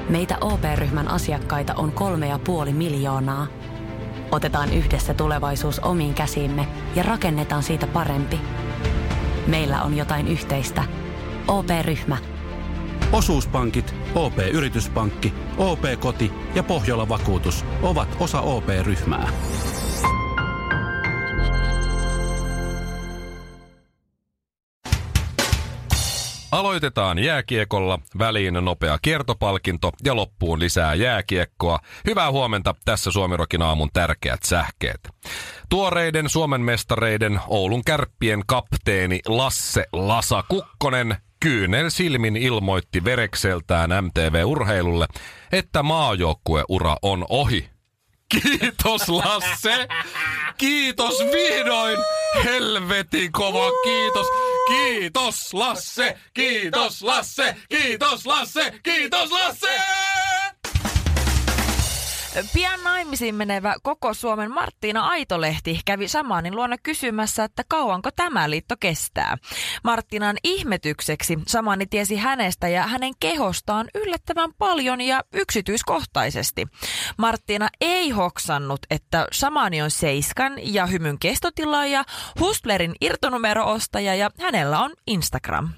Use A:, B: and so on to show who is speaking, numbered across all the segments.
A: Meitä OP-ryhmän asiakkaita on 3,5 miljoonaa. Otetaan yhdessä tulevaisuus omiin käsiimme ja rakennetaan siitä parempi. Meillä on jotain yhteistä. OP-ryhmä.
B: Osuuspankit, OP-yrityspankki, OP-koti ja Pohjola-vakuutus ovat osa OP-ryhmää.
C: Aloitetaan jääkiekolla, väliin nopea kiertopalkinto ja loppuun lisää jääkiekkoa. Hyvää huomenta, tässä Suomi-rokin aamun tärkeät sähkeet. Tuoreiden Suomen mestareiden Oulun Kärppien kapteeni Lasse Lasa Kukkonen kyynel silmin ilmoitti verekseltään MTV-urheilulle, että maajoukkueura on ohi. Kiitos Lasse! Kiitos vihdoin! Helvetin kova kiitos! Kiitos Lasse! Kiitos Lasse! Kiitos Lasse! Kiitos Lasse!
D: Pian naimisiin menevä koko Suomen Marttiina Aitolehti kävi Shamanin luona kysymässä, että kauanko tämä liitto kestää. Marttiinan ihmetykseksi Shamani tiesi hänestä ja hänen kehostaan yllättävän paljon ja yksityiskohtaisesti. Marttiina ei hoksannut, että Shamani on Seiskan ja Hymyn kestotilaaja, Hustlerin irtonumero-ostaja ja hänellä on Instagram.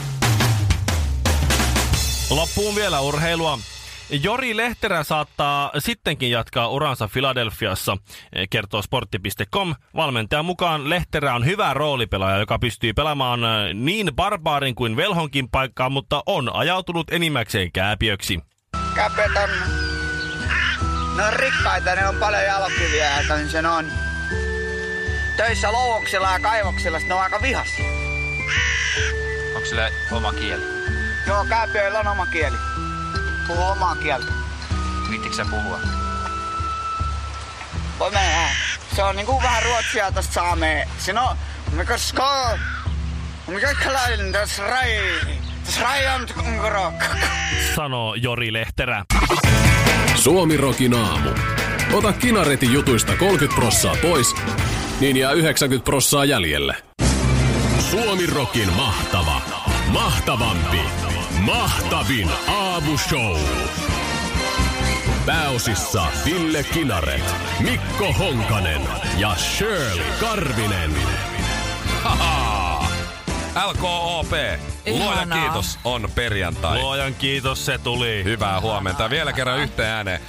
E: Loppuun vielä urheilua. Jori Lehterä saattaa sittenkin jatkaa uransa Philadelphiassa, kertoo sportti.com. Valmentajan mukaan Lehterä on hyvä roolipelaaja, joka pystyy pelaamaan niin barbaarin kuin velhonkin paikkaan, mutta on ajautunut enimmäkseen kääpiöksi.
F: Kääpiöt on... Ne on rikkaita, ne on paljon jalokiviä ja sen on. Töissä louhoksilla ja kaivoksilla, ne on aika vihas.
G: Onko sillä oma kieli?
F: Joo, kääpiöillä on oma kieli. Puhu omaa kieltä.
G: Viittikö sä puhua?
F: Voi mennä. Se on niinku vähän ruotsia tosta saamea. Siinä on... Mikä sko... Mikä kalainen tässä rai on kunkuro.
E: Sanoo Jori Lehterä.
H: Suomi-rokin aamu. Ota Kinaretin jutuista 30% pois, niin jää 90% jäljelle. Suomi-rokin mahtava, mahtavampi, mahtavin aamushow. Pääosissa Ville Kinaret, Mikko Honkanen ja Shirley Karvinen.
C: Haha! LKOP. Luojan
D: Ihanaa.
C: kiitos, on perjantai.
E: Luojan kiitos, se tuli.
C: Hyvää huomenta. Vielä kerran yhteen ääneen.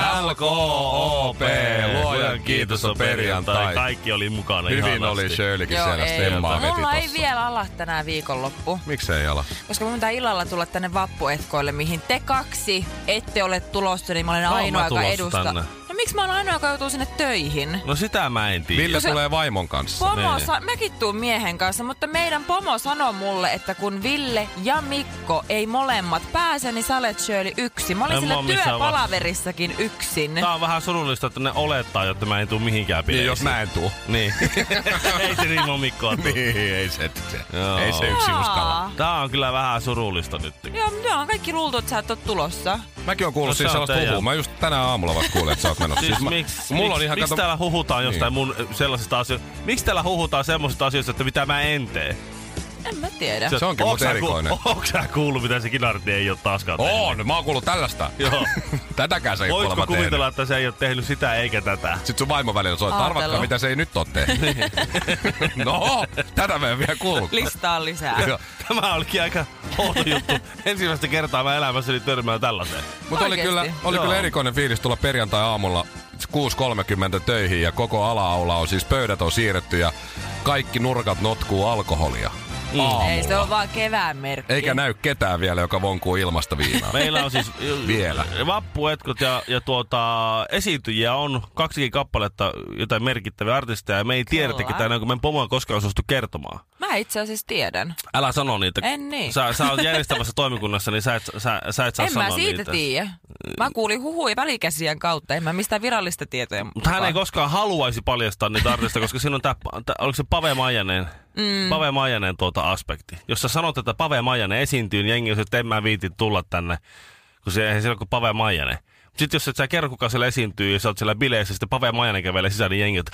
C: LKOP. Luojan kiitos, on perjantai.
E: Kaikki oli mukana
C: Hyvin
E: ihanasti.
C: oli Shirleykin siellä stemmaa veti
D: Mulla ei
C: tossa.
D: vielä ala tänään viikonloppu.
C: Miksei ala?
D: Koska mun pitää illalla tulla tänne vappuetkoille, mihin te kaksi ette ole tulossa, niin mä olen ainoa, joka edustaa.
E: Tänne.
D: No miksi mä olen ainoa, joka joutuu sinne töihin?
E: No sitä mä en tiedä.
C: Ville tulee vaimon kanssa.
D: Mäkin tuun miehen kanssa, mutta meidän pomo sanoi mulle, että kun Ville ja Mikko ei molemmat pääse, niin sä olet Shirley yksin. Mä olin sillä työpalaverissakin yksin.
E: Tää on vähän surullista, että ne olettaa, että mä en tuu mihinkään
C: Niin,
E: bileisiin.
C: jos mä en tuu.
E: Niin. Ei se Rimo Mikkoa tuu.
C: Niin, ei se yksin uskalla.
E: Tää on kyllä vähän surullista nyt.
D: Joo, on kaikki luultu, että sä et oo tulossa.
C: Mäkin oon kuullut siis sellaista huhua. Mä just tänään aamulla vasta kuulin, että sä oot menossa.
E: Miksi täällä huhutaan jostain mun sellaisista asioista? Miksi täällä huhutaan semmoisista asioista, että mitä mä en tee?
D: En mä tiedä.
C: Se onkin mut erikoinen.
E: Onko sä kuullut, mitä se Kinartti ei oo taaskaan tehnyt?
C: On, mä oon kuullut tällaista.
E: Joo.
C: Tätäkään se ei ole kuulemma
E: Voisiko kuvitella,
C: tehnyt.
E: että se ei oo tehnyt sitä eikä tätä?
C: Sitten sun vaimo välillä soittaa, arvatkaa mitä se ei nyt oo tehnyt. No, tätä mä en vielä kuullut.
D: Listaa lisää.
E: Tämä olikin aika outo juttu. Ensimmäistä kertaa mä elämässäni törmään tällaiseen.
C: Mutta oli kyllä erikoinen fiilis tulla perjantai-aamulla 6.30 töihin ja koko ala-aula on siis, pöydät on siirretty ja kaikki nurkat notkuu alkoholia. Aamulla.
D: Ei se ole vaan kevään merkki.
C: Eikä näy ketään vielä, joka vonkuu ilmasta viinaa.
E: Meillä on siis
C: vielä
E: vappuetkot ja esiintyjiä on 2 kappaletta, jotain merkittäviä artisteja. Ja me ei tiedetä ketään, kun meidän pomo on koskaan suostu kertomaan.
D: Mä itse asiassa tiedän.
E: Älä sano niitä.
D: En niin.
E: Sä oot järjestävässä toimikunnassa, niin sä et saa sanoa niitä.
D: En mä siitä tiedä. Mä kuulin huhuja välikäsien kautta. En mä mistään virallista tietoja.
E: Mutta hän ei koskaan haluaisi paljastaa niitä artisteja, koska siinä on oliko se Pave Maijanen? Pave Maijanen aspekti. Jos sä sanot, että Pave Maijanen esiintyy, niin jengi on, että en mä viitit tulla tänne, kun se ei siellä kuin Pave Maijanen. Sitten jos et sä kerro, kuka siellä esiintyy ja sä oot siellä bileissä, sitten Pave Maijanen kävelee sisään, niin jengi on,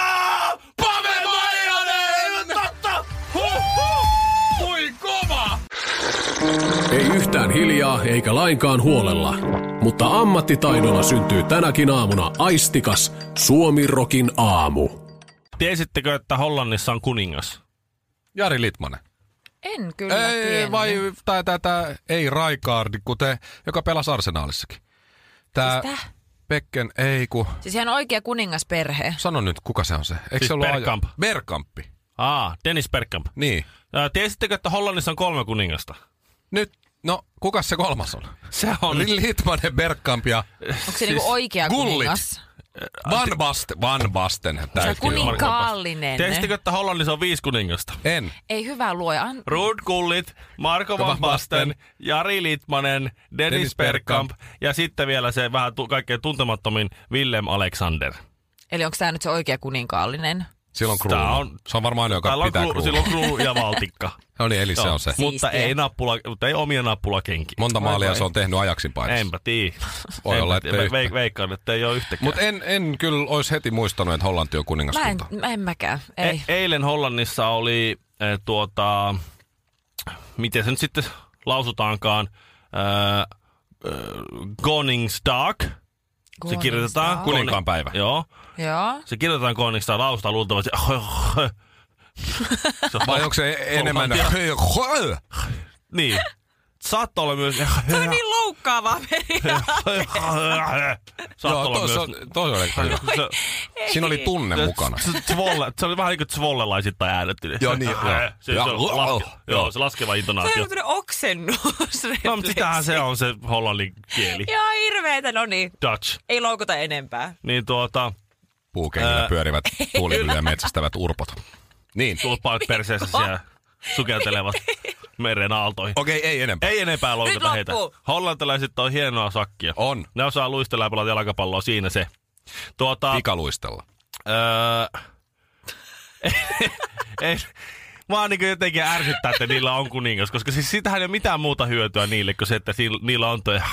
E: Pave Maijanen! Totta! Kui kova!
H: Ei yhtään hiljaa eikä lainkaan huolella, mutta ammattitaidolla syntyy tänäkin aamuna aistikas Suomi-rokin aamu.
E: Tiesittekö, että Hollannissa on kuningas?
C: Jari Litmanen.
D: En kyllä tiennyt.
C: Ei Rijkaard, kuten joka pelasi Arsenaalissakin. Tää
D: Siis
C: Becken,
D: Siis ihan oikea kuningasperhe.
C: Sano nyt, kuka se on se? Eikö
E: Siis
C: se ollut
E: Bergkamp.
C: Bergkampi.
E: Dennis Bergkamp.
C: Niin.
E: Tiesittekö, että Hollannissa on 3 kuningasta?
C: Nyt, no, kuka se kolmas on?
E: Se on...
C: Litmanen, Bergkamp ja...
D: Onko se niinku oikea
C: Gullit.
D: kuningas?
C: Van Basten.
D: Se on kuninkaallinen.
E: Tiesittekö, että Hollannissa on 5 kuningasta?
C: En.
D: Ei hyvä luoja.
E: Ruud Gullit, Marco van Basten, Jari Litmanen, Dennis Bergkamp ja sitten vielä se vähän kaikkein tuntemattomin Willem Alexander.
D: Eli onko tämä nyt se oikea kuninkaallinen?
C: Silloin kruunu. Se on varmaan aina, joka pitää kruunu.
E: Silloin kruunu ja valtikka.
C: No niin, eli se on se.
E: Mutta ei omia nappulakenkiä.
C: Monta maalia se on tehnyt Ajaksin paidassa.
E: Enpä tiedä.
C: Voi olla, että
E: veikkaan, että ei ole yhtäkään.
C: Mutta en kyllä olisi heti muistanut, että Hollanti on kuningaskunta.
D: En mäkään, ei.
E: Eilen Hollannissa oli miten se nyt sitten lausutaankaan, Koningsdag. Se kirjoitetaan.
C: Kuninkaan päivä.
E: Joo. Se kirjoitetaan Koningsdag, lausutaan luultavasti.
C: Vai onko se enemmän...
E: Niin. Saattaa olla myös...
D: Se on niin loukkaavaa
E: Saattaa olla myös...
C: Siinä oli tunne mukana.
E: Se oli vähän niin kuin Zvolle-laisittain äänetty.
C: Joo, niin.
E: Se laskeva intonaatio.
D: Se on tämmöinen oksennus.
E: No, mutta sitähän se on se hollannin kieli.
D: Joo, hirveetä, no niin.
E: Dutch.
D: Ei loukuta enempää.
E: Niin
C: puukengillä pyörivät tuulivyllä metsästävät urpot. Niin.
E: Tulppaat perseessä siellä sukeltelevat meren aaltoihin.
C: Okei, ei enempää.
E: Ei enempää loukata heitä. Hollantilaiset on hienoa sakkia.
C: On.
E: Ne osaa luistella ja pelata jalkapalloa, siinä se.
C: Pikaluistella.
E: Vaan niin jotenkin ärsyttää, että niillä on kuningas, koska siis sitähän ei ole mitään muuta hyötyä niille, kuin se, että niillä on toi...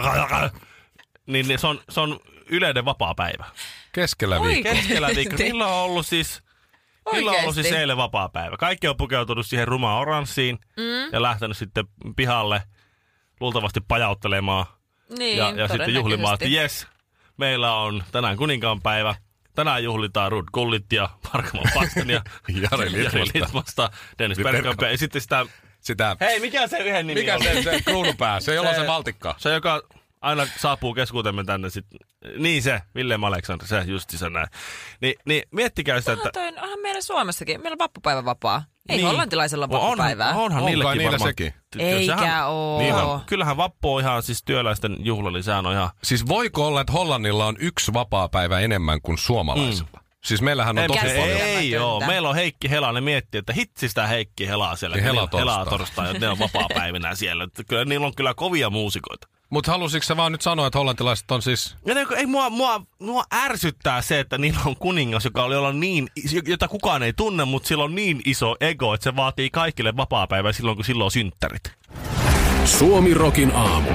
E: Niin se on yleinen vapaapäivä.
C: Keskellä viikkoa.
E: Niillä on ollut siis... Niillä on ollut siis eilen vapaapäivä. Kaikki on pukeutunut siihen rumaan oranssiin ja lähtenyt sitten pihalle luultavasti pajauttelemaan.
D: Niin,
E: ja sitten juhlimaan, että jes, meillä on tänään kuninkaanpäivä. Tänään juhlitaan Ruud Gullit ja Marco van Basten ja Jari Litmasta, Dennis Bergkampia. Ja sitten sitä... Hei, mikä se yhden nimi
C: on? Mikä se kruunupää? Se, jolla on se valtikka.
E: Se, joka aina saapuu keskuutemme tänne sitten. Niin se, Willem Alexander, se justiinsa näin. Niin miettikää sitä, että...
D: Onhan meillä Suomessakin. Meillä on vappupäivä vapaa. Ei
E: niin.
D: Hollantilaisella vappupäivää.
E: Onhan niilläkin
C: niillä
E: varmaan.
C: Sekin.
D: Eikä oo.
E: Niin kyllähän vappu on ihan siis työläisten juhlali, sehän on ihan...
C: Siis voiko olla, että Hollannilla on 1 vapaapäivä enemmän kuin suomalaisilla? Siis meillähän on tosi paljon.
E: Ei joo, meillä on Heikki Hela, ne miettii, että hitsi sitä Heikki Helaa siellä. Helaa torstai, että ne on vapaapäivinä siellä. Kyllä niillä on kyllä kovia muusikoita.
C: Mutta halusitko sä vaan nyt sanoa, että hollantilaiset on siis...
E: Ei mua ärsyttää se, että niillä on kuningas, joka oli olla niin, jota kukaan ei tunne, mutta sillä on niin iso ego, että se vaatii kaikille vapaapäivää silloin, kun silloin on synttärit.
H: Suomi-rokin aamu.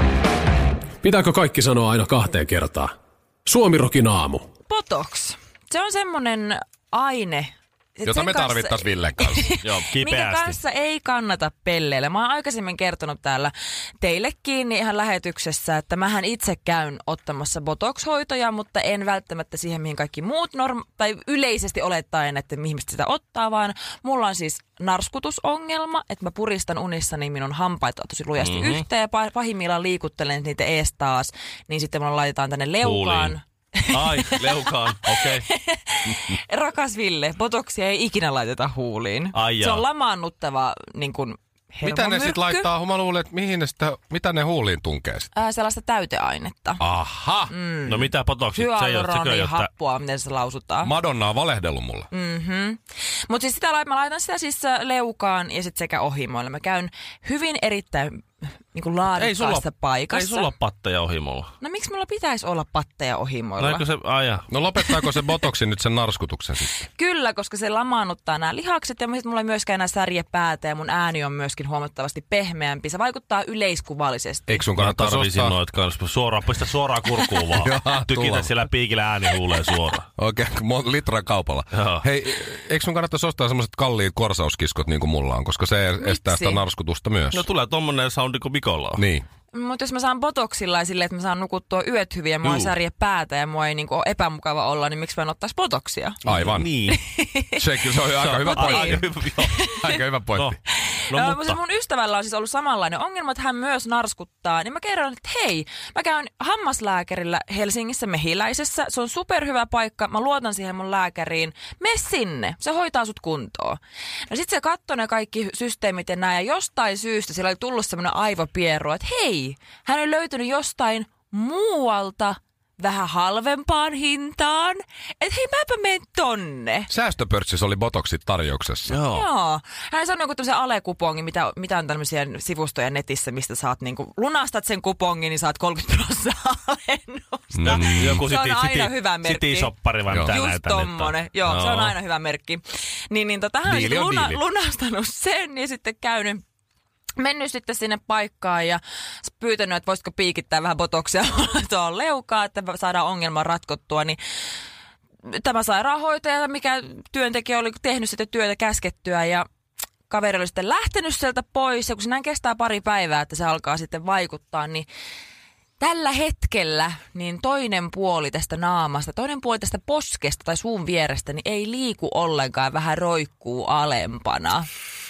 H: Pitääkö kaikki sanoa aina 2 kertaa? Suomi-rokin aamu.
D: Botox. Se on semmoinen aine,
C: jota me tarvittaisiin Villen kanssa.
E: Joo, kipeästi.
D: Minkä kanssa ei kannata pelleillä. Mä oon aikaisemmin kertonut täällä teillekin ihan lähetyksessä, että mähän itse käyn ottamassa botox-hoitoja, mutta en välttämättä siihen, mihin kaikki muut tai yleisesti olettaen, että ihmiset sitä ottaa, vaan mulla on siis narskutusongelma, että mä puristan unissani minun hampaita tosi lujasti yhteen ja pahimmillaan liikuttelen niitä ees taas, niin sitten mulla laitetaan tänne leukaan.
E: Ai, leukaan, okei. Okay.
D: Rakas Ville, botoksia ei ikinä laiteta huuliin. Se on lamaannuttava niin kuin hermomyrkky.
C: Mitä ne sitten laittaa? Mä luulen, että mitä ne huuliin tunkee sitten?
D: Sellaista täyteainetta.
C: Aha!
E: No mitä botoksit?
D: Hyaluronihappoa, miten se lausutaan.
C: Madonna on valehdellut mulle.
D: Mutta siis mä laitan sitä siis leukaan ja sitten sekä ohimoille. Mä käyn hyvin erittäin niinku laadukkaassa paikassa.
E: Ei sulla ole patteja ohimolla.
D: No miksi mulla pitäisi olla patteja ohimoilla?
C: No lopettaako se botoksi nyt sen narskutuksen sitten?
D: Kyllä, koska se lamaannuttaa nämä lihakset ja mulla ei myöskään enää särje päätä ja mun ääni on myöskin huomattavasti pehmeämpi. Se vaikuttaa yleiskuvallisesti.
C: Eikö sun kannattaa
E: pistä suoraan kurkuun vaan. Tykitä siellä piikillä ääni huulee suoraan.
C: Okei, litran kaupalla.
E: Joo.
C: Hei, eikö sun kannattaisi ostaa semmoiset kalliit korsauskiskot niin kuin mulla on, koska se estää sitä narskutusta myös.
E: No tulee tommonen soundi kuin Mikolla on.
C: Niin.
D: Mutta jos mä saan botoksilla ja silleen, että mä saan nukuttua yöt hyvin ja mua ei särje päätä ja mua ei niinku ole epämukava olla, niin miksi mä en ottaisi botoksia?
C: Aivan.
E: Niin.
C: Se on aika hyvä pointti. Aika hyvä pointti.
E: Mutta
D: mun ystävällä on siis ollut samanlainen ongelma, että hän myös narskuttaa. Niin mä kerron, että hei, mä käyn hammaslääkärillä Helsingissä Mehiläisessä. Se on superhyvä paikka. Mä luotan siihen mun lääkäriin. Mene sinne. Se hoitaa sut kuntoon. No sit se katsoi ne kaikki systeemit ja näin. Ja jostain syystä sillä oli tullut semmoinen aivopierro, että hei, hän on löytynyt jostain muualta vähän halvempaan hintaan. Että hei, mäpä menen tonne.
C: Säästöpörssissä oli botoksit tarjouksessa.
D: Joo. Hän sanoi joku tämmöisen alekupongin, mitä on tämmöisiä sivustoja netissä, mistä saat niinku, lunastat sen kupongin, niin saat 30% alennusta.
E: Joku
D: se on aina hyvä merkki.
E: City-soppari vai mitä
D: just
E: näitä
D: tommonen. Joo, se on aina hyvä merkki. Hän on sitten lunastanut sen ja sitten mennyt sitten sinne paikkaan ja pyytänyt, että voisiko piikittää vähän botoksia tuohon leukaa, että saadaan ongelma ratkottua, niin tämä sairaanhoitaja, mikä työntekijä oli tehnyt sitä työtä käskettyä ja kaveri oli sitten lähtenyt sieltä pois ja kun se näin kestää pari päivää, että se alkaa sitten vaikuttaa, niin tällä hetkellä niin toinen puoli tästä naamasta, toinen puoli tästä poskesta tai suun vierestä, niin ei liiku ollenkaan, vähän roikkuu alempana.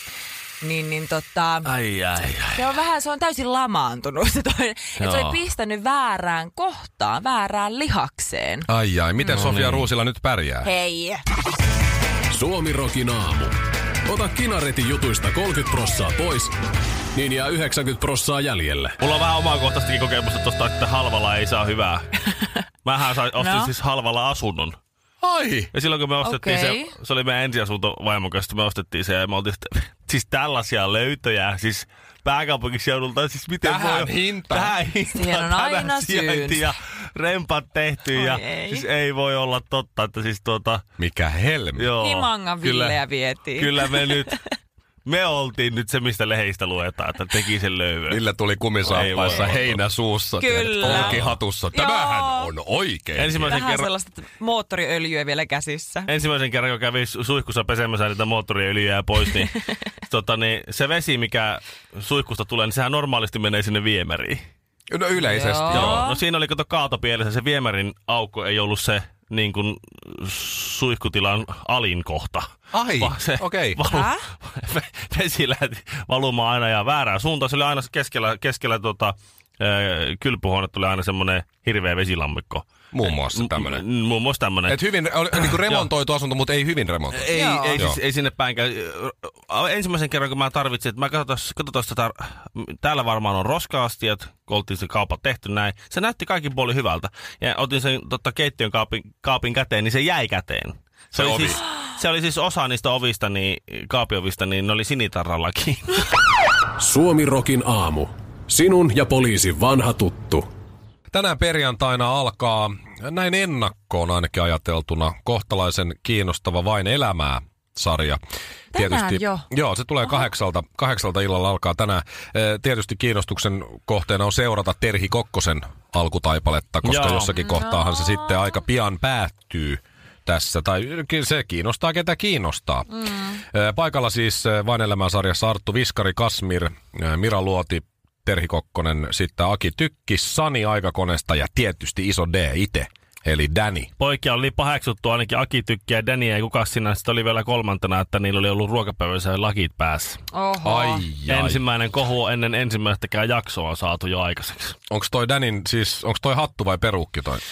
D: Se on täysin lamaantunut se toinen. Että se oli pistänyt väärään kohtaan, väärään lihakseen.
C: Ai, miten Sofia Ruusila nyt pärjää?
D: Hei!
H: Suomirokin aamu. Ota Kinaretin jutuista 30% pois, niin jää 90% jäljelle.
E: Mulla on vähän omakohtaistakin kokemusta tosta, että halvalla ei saa hyvää. Mähän ostin siis halvalla asunnon.
C: Ai!
E: Ja silloin kun me ostettiin se oli meidän ensiasunto vaimon kanssa, me ostettiin se ja me oltiin siis tällaisia löytöjä, siis pääkaupunkiseudulta, siis miten
C: tähän hintaan.
D: Tähän hintaan. Siihen on aina syyt.
E: Ja rempat tehty ja siis ei voi olla totta, että siis
C: mikä helmi.
D: Himangan Villejä vietiin.
E: Kyllä me oltiin nyt se, mistä lehdistä luetaan, että teki sen löydön.
C: Ville tuli kumisaappaissa, heinä suussa, olkihatussa. Tämähän on oikein.
D: Vähän sellaista moottoriöljyä vielä käsissä.
E: Ensimmäisen kerran, kun kävi suihkussa pesemässä niitä moottoriöljyjä pois, niin, niin se vesi, mikä suihkusta tulee, niin sehän normaalisti menee sinne viemäriin.
C: No yleisesti.
E: Joo. No siinä oli kaatopielessä, se viemärin aukko ei ollut se niin kuin suihkutilan alin kohta.
C: Ai, okei.
E: Vesi lähti valumaan aina ja väärään suuntaan. Se oli aina keskellä kylpyhuonetta tuli aina semmoinen hirveä vesilammikko.
C: Muun muassa tämmöinen.
E: Et
C: hyvin, niin kuin remontoitu asunto, mutta ei hyvin remontoitu.
E: Ei sinne päinkään. Ensimmäisen kerran, kun mä tarvitsin, että mä katsotaan, täällä varmaan on roska-astiat, kun oltiin se kaupat tehty näin. Se näytti kaikin puolin hyvältä. Ja otin sen keittiön kaapin käteen, niin se jäi käteen. Se oli siis osa niistä ovista, kaapiovista, niin ne oli sinitarrallakin.
H: Suomirokin aamu. Sinun ja poliisin vanha tuttu.
C: Tänään perjantaina alkaa, näin ennakkoon ainakin ajateltuna, kohtalaisen kiinnostava Vain elämää -sarja.
D: Tänään jo?
C: Joo, se tulee 8 illalla alkaa tänään. Tietysti kiinnostuksen kohteena on seurata Terhi Kokkosen alkutaipaletta, koska jossakin kohtaahan se sitten aika pian päättyy tässä. Tai se kiinnostaa, ketä kiinnostaa. Paikalla siis Vain elämää -sarjassa Arttu Viskari, Kasmir, Mira Luoti, Terhi Kokkonen, sitten Aki Tykki, Sani Aikakoneesta ja tietysti iso D itse, eli Danny.
E: Poikia oli paheksuttu ainakin Aki Tykki ja Danny ja kukas siinä sitten oli vielä kolmantena, että niillä oli ollut ruokapäivässä lakit päässä.
D: Oho.
C: Ai.
E: Ensimmäinen kohu ennen ensimmäistäkään jaksoa on saatu jo aikaiseksi.
C: Onko toi Dannyn, siis onko toi hattu vai peruukki toi?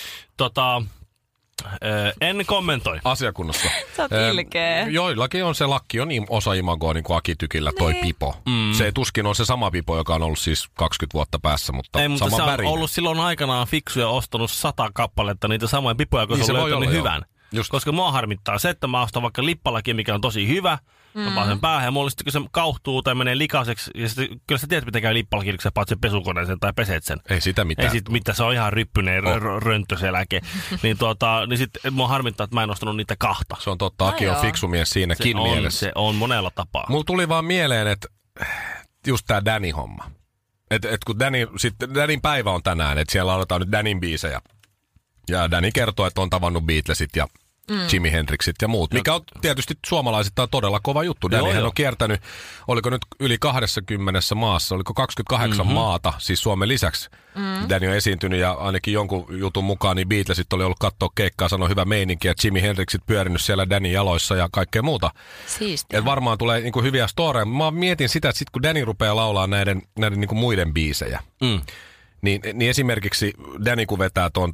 E: En kommentoi.
C: Asiakunnassa.
D: Sä oot ilkeä.
C: Joillakin on se lakki, on osa imagoa niin kuin Aki Tykillä toi pipo. Se tuskin on se sama pipo, joka on ollut siis 20 vuotta päässä, mutta
E: ei, mutta
C: sama
E: se on
C: värinen.
E: ollut silloin aikanaan fiksu ja ostanut 100 kappaletta niitä samoja pipoja, kun niin se on löytänyt hyvän. Koska mua harmittaa se, että mä ostan vaikka lippalaki, mikä on tosi hyvä, mä paan sen päähän ja mulla sitten, kun se kauhtuu tai menee likaiseksi, ja sitten, kyllä sä tiedät, miten käy lippalaki, kun sä paat sen pesukoneeseen tai peset sen.
C: Ei sitä mitään.
E: Ei sit mitään, se on ihan ryppyneen rönttöseläke. niin sitten mua harmittaa, että mä en ostanut niitä kahta.
C: Se on totta, Aki on fiksu mies siinäkin mielessä.
E: Se on monella tapaa.
C: Mulla tuli vaan mieleen, että just tää Danny-homma. Että kun Dannyn päivä on tänään, että siellä aloitetaan nyt Dannyn biisejä. Ja Danny kertoo, että on tavannut Beatlesit ja Jimi Hendrixit ja muut, mikä on tietysti suomalaisittain todella kova juttu. Dannyhän on kiertänyt, oliko nyt yli 20 maassa, oliko 28 maata, siis Suomen lisäksi. Danny on esiintynyt ja ainakin jonkun jutun mukaan niin Beatlesit oli ollut katsoa keikkaa, sanoi hyvä meininki ja Jimi Hendrixit pyörinyt siellä Dannyn jaloissa ja kaikkea muuta.
D: Siistiä.
C: Et varmaan tulee niinku hyviä storeja. Mä mietin sitä, että sit kun Danny rupeaa laulaa näiden niinku muiden biisejä, niin esimerkiksi Danny kun vetää tuon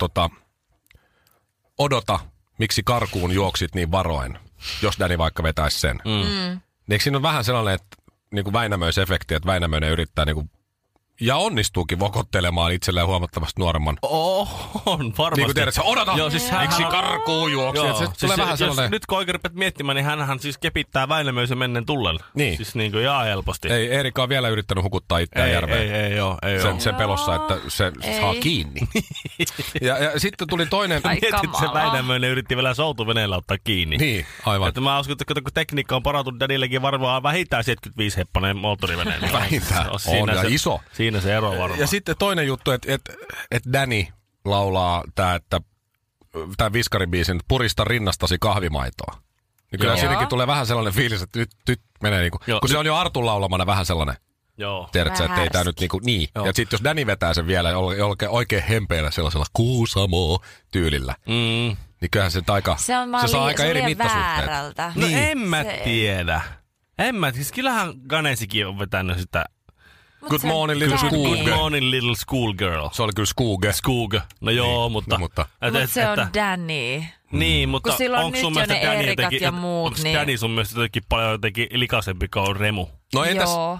C: Odota, miksi karkuun juoksit niin varoen, jos Danny vaikka vetäisi sen. Eikö siinä on vähän sellainen, että niinku Väinämöis-efekti, että Väinämöinen yrittää niinku, ja onnistuukin vokottelemaan itselleen huomattavasti nuoremman.
E: On, varmasti.
C: Niin kuin tiedät, odota,
E: joo, siis
C: miksi karkuun juoksit. Se
E: siis
C: tulee vähän sellainen.
E: Nyt kun oikein rupeat miettimään, niin hänhän siis kepittää Väinämöisen mennen tullella.
C: Niin.
E: Siis niin kuin ihan helposti.
C: Ei Eerikka on vielä yrittänyt hukuttaa itseään järveen.
E: Ei oo.
C: Sen pelossa, että se saa kiinni. ja sitten tuli toinen.
E: Mietit, se Väinämöinen yritti vielä soutuveneellä ottaa kiinni.
C: Niin, aivan.
E: Että mä uskon, että kun tekniikka on parantunut, Danillekin varmaan vähintään 75-heppainen moottoriveneen.
C: Vähintään. On ja iso.
E: Siinä se ero varmaan.
C: Ja sitten toinen juttu, että Danny laulaa tämän viskaribiisin Purista rinnastasi kahvimaitoa. Niin kyllä siinäkin tulee vähän sellainen fiilis, että nyt menee niinku, kun se on jo Artun laulamana vähän sellainen.
E: Joo.
C: Tiedätkö, että ei tää nyt niinku, niin. Joo. Ja sitten jos Danny vetää sen vielä oikein hempeillä sellaisella Kuusamo-tyylillä, niin kyllähän se saa aika eri mittasuhteet.
E: No en mä tiedä. Siis kyllähän Ganesikin on vetänyt sitä.
C: Good morning little schoolgirl.
E: Good morning little schoolgirl.
C: Se oli kyllä Skooge.
E: No joo, mutta...
D: Mutta se on Danny.
E: Niin, mutta
D: kun sillä on nyt jo ne Eerikat ja muut.
E: Onko Danny sun mielestä paljon likaisempi kuin Remu?
C: No entäs?
D: Joo.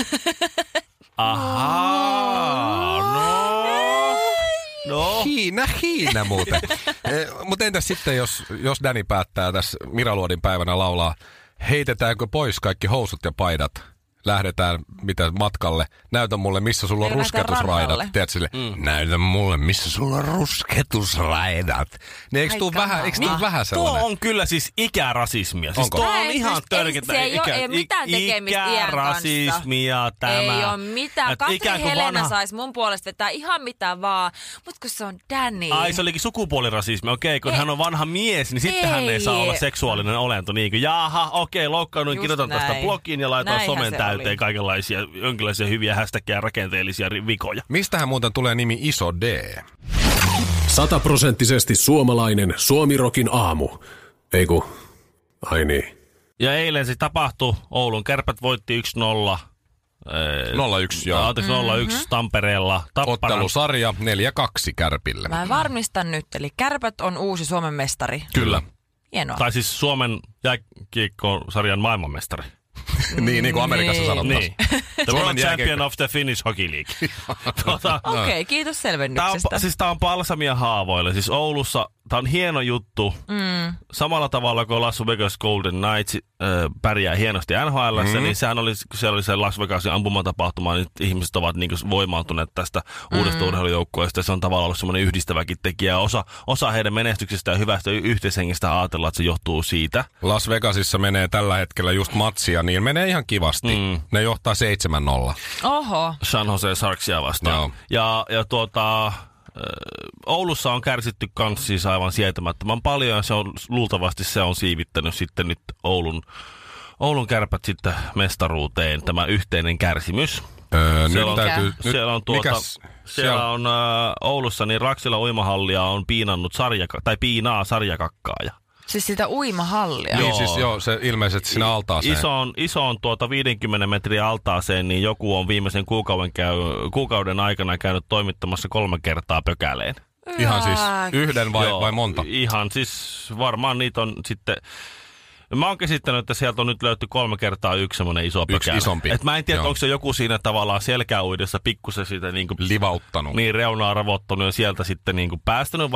C: Ahaa, no. Hiina muuten. Mutta entäs sitten, jos Danny päättää tässä Miraluodin päivänä laulaa, heitetäänkö pois kaikki housut ja paidat? Lähdetään matkalle. Näytä mulle, missä sulla on rusketusraidat. Tiedätkö sille, näytä mulle, missä sulla on rusketusraidat. Niin eikö tuu vähän sellainen?
E: Tuo on kyllä siis ikärasismia. Siis tuo on ihan törkeä.
D: Se ei ole mitään tekemistä iän kanssa.
E: Ikärasismia tämä.
D: Ei ole mitään. Katri Helena saisi mun puolesta vetää ihan mitä vaan. Mut kun se on Danny.
E: Ai se olikin sukupuolirasismi. Okei, kun hän on vanha mies, niin sitten hän ei saa olla seksuaalinen olento. Niin kuin, jaha, okei, loukkaannuin, kirjoitan tästä blogiin ja laitan somen täyteen kaikenlaisia, jonkinlaisia hyviä hashtagia rakenteellisia vikoja.
C: Mistähän muuten tulee nimi Iso D?
H: 100% suomalainen Suomirokin aamu. Eiku, ai niin.
E: Ja eilen se tapahtui. Oulun Kärpät voitti 1-0.
C: 0-1, joo.
E: 0-1 Tampereella.
C: Ottelusarja 4-2 Kärpille.
D: Mä varmistan nyt, eli Kärpät on uusi Suomen mestari.
C: Kyllä.
D: Hienoa.
E: Tai siis Suomen jääkiekkosarjan maailmanmestari.
C: niin kuin Amerikassa sanottaisiin.
E: Niin. The World Champion of the Finnish Hockey League.
D: Okei, kiitos selvennyksestä.
E: Tää on balsamia haavoille. Siis Oulussa tää on hieno juttu. Samalla tavalla kuin Las Vegas Golden Knights pärjää hienosti NHL:ssä, niin sehän oli, kun siellä oli se Las Vegasin ampumatapahtuma, niin ihmiset ovat niin voimaantuneet tästä uudesta urheilujoukkueesta. Se on tavallaan ollut semmoinen yhdistäväkin tekijä. Osa heidän menestyksestä ja hyvästä yhteishengistä ajatellaan, että se johtuu siitä.
C: Las Vegasissa menee tällä hetkellä just matsia, niin menee ihan kivasti. Ne johtaa 7-0.
D: Oho.
E: San Jose Sharksia vastaan. Ja Oulussa on kärsitty kans siis aivan sietämättömän paljon ja luultavasti se on siivittänyt sitten nyt Oulun Kärpät sitten mestaruuteen, tämä yhteinen kärsimys. Siellä on Oulussa niin Raksila uimahallia on piinaa sarjakakkaaja.
D: Siis sitä uimahallia?
C: Niin siis se ilmeisesti siinä altaaseen.
E: Isoon 50 metriä altaaseen, niin joku on viimeisen kuukauden aikana käynyt toimittamassa 3 kertaa pökäleen.
C: Ihan siis yhden vai monta?
E: Ihan siis varmaan niitä on sitten... Mä oon käsittänyt, että sieltä on nyt löyty 3 kertaa yksi semmoinen iso pökälä.
C: Yksi isompi.
E: Et mä en tiedä, onko se joku siinä tavallaan selkäuidessa pikkusen sitä niinku...
C: Livauttanut.
E: Niin, reunaa ravottanut ja sieltä sitten niinku päästänyt, vaikka...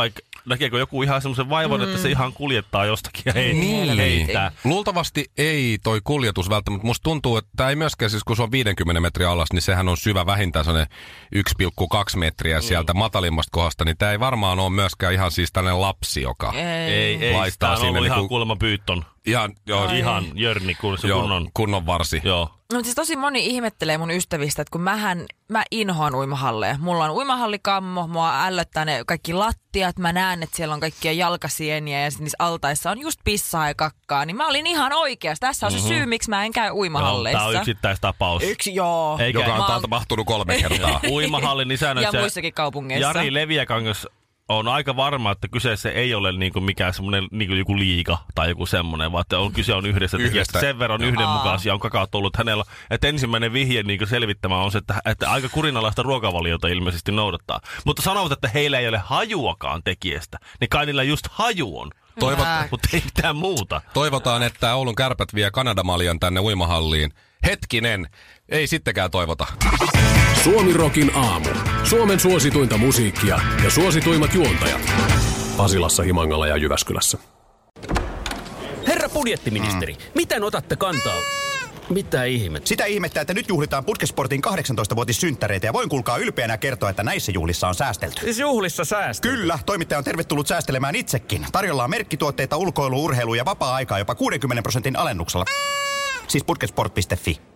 E: näkeekö joku ihan semmoisen vaivon, että se ihan kuljettaa jostakin ja heittää.
C: Luultavasti ei toi kuljetus välttämättä. Musta tuntuu, että tämä ei myöskään siis, kun se on 50 metriä alas, niin sehän on syvä vähintään sellainen 1,2 metriä sieltä matalimmasta kohdasta, niin tämä ei varmaan ole myöskään ihan siis tällainen lapsi, joka laittaa
E: tämä on
C: sinne.
E: ihan kuulemma Pyytton. Ihan Jörni, kunnon varsi.
D: Joo. No siis tosi moni ihmettelee mun ystävistä, että kun mä inhoan uimahalleja. Mulla on uimahallikammo, mua ällöttää ne kaikki lattiat, mä näen, että siellä on kaikkia jalkasieniä ja niissä altaissa on just pissaa ja kakkaa. Niin mä olin ihan oikeassa. Tässä on se syy, miksi mä en käy uimahalleissa.
E: Tämä on yksittäistapaus.
D: Joo.
C: Joka on tapahtunut 3 kertaa.
E: Uimahallin isännöitsijä
D: ja muissakin kaupungeissa.
E: Jari Leviäkangas on aika varma, että kyseessä ei ole niinku mikään semmoinen niinku joku liiga tai joku semmoinen, vaan että kyse on yhdessä tekijästä. Sen verran yhdenmukaisia on Kakaot ollut hänellä. Että ensimmäinen vihje niinku selvittämään on se, että aika kurinalaista ruokavaliota ilmeisesti noudattaa. Mutta sanovat, että heillä ei ole hajuakaan tekijästä. Niin kai niillä just haju on. Mutta ei mitään muuta.
C: Toivotaan, että Oulun Kärpät vie Kanadamaljan tänne uimahalliin. Hetkinen, ei sittenkään toivota.
H: Suomi-rokin aamu. Suomen suosituinta musiikkia ja suosituimmat juontajat. Pasilassa, Himangalla ja Jyväskylässä.
I: Herra budjettiministeri, miten otatte kantaa? Mitä ihmettä?
J: Sitä ihmettä, että nyt juhlitaan Putkesportin 18-vuotissynttäreitä ja voin kuulkaa ylpeänä kertoa, että näissä juhlissa on säästelty.
I: Siis juhlissa säästelty?
J: Kyllä, toimittaja on tervetullut säästelemään itsekin. Tarjolla on merkkituotteita, ulkoilu, urheilu ja vapaa-aikaa jopa 60% alennuksella. Siis putkesport.fi.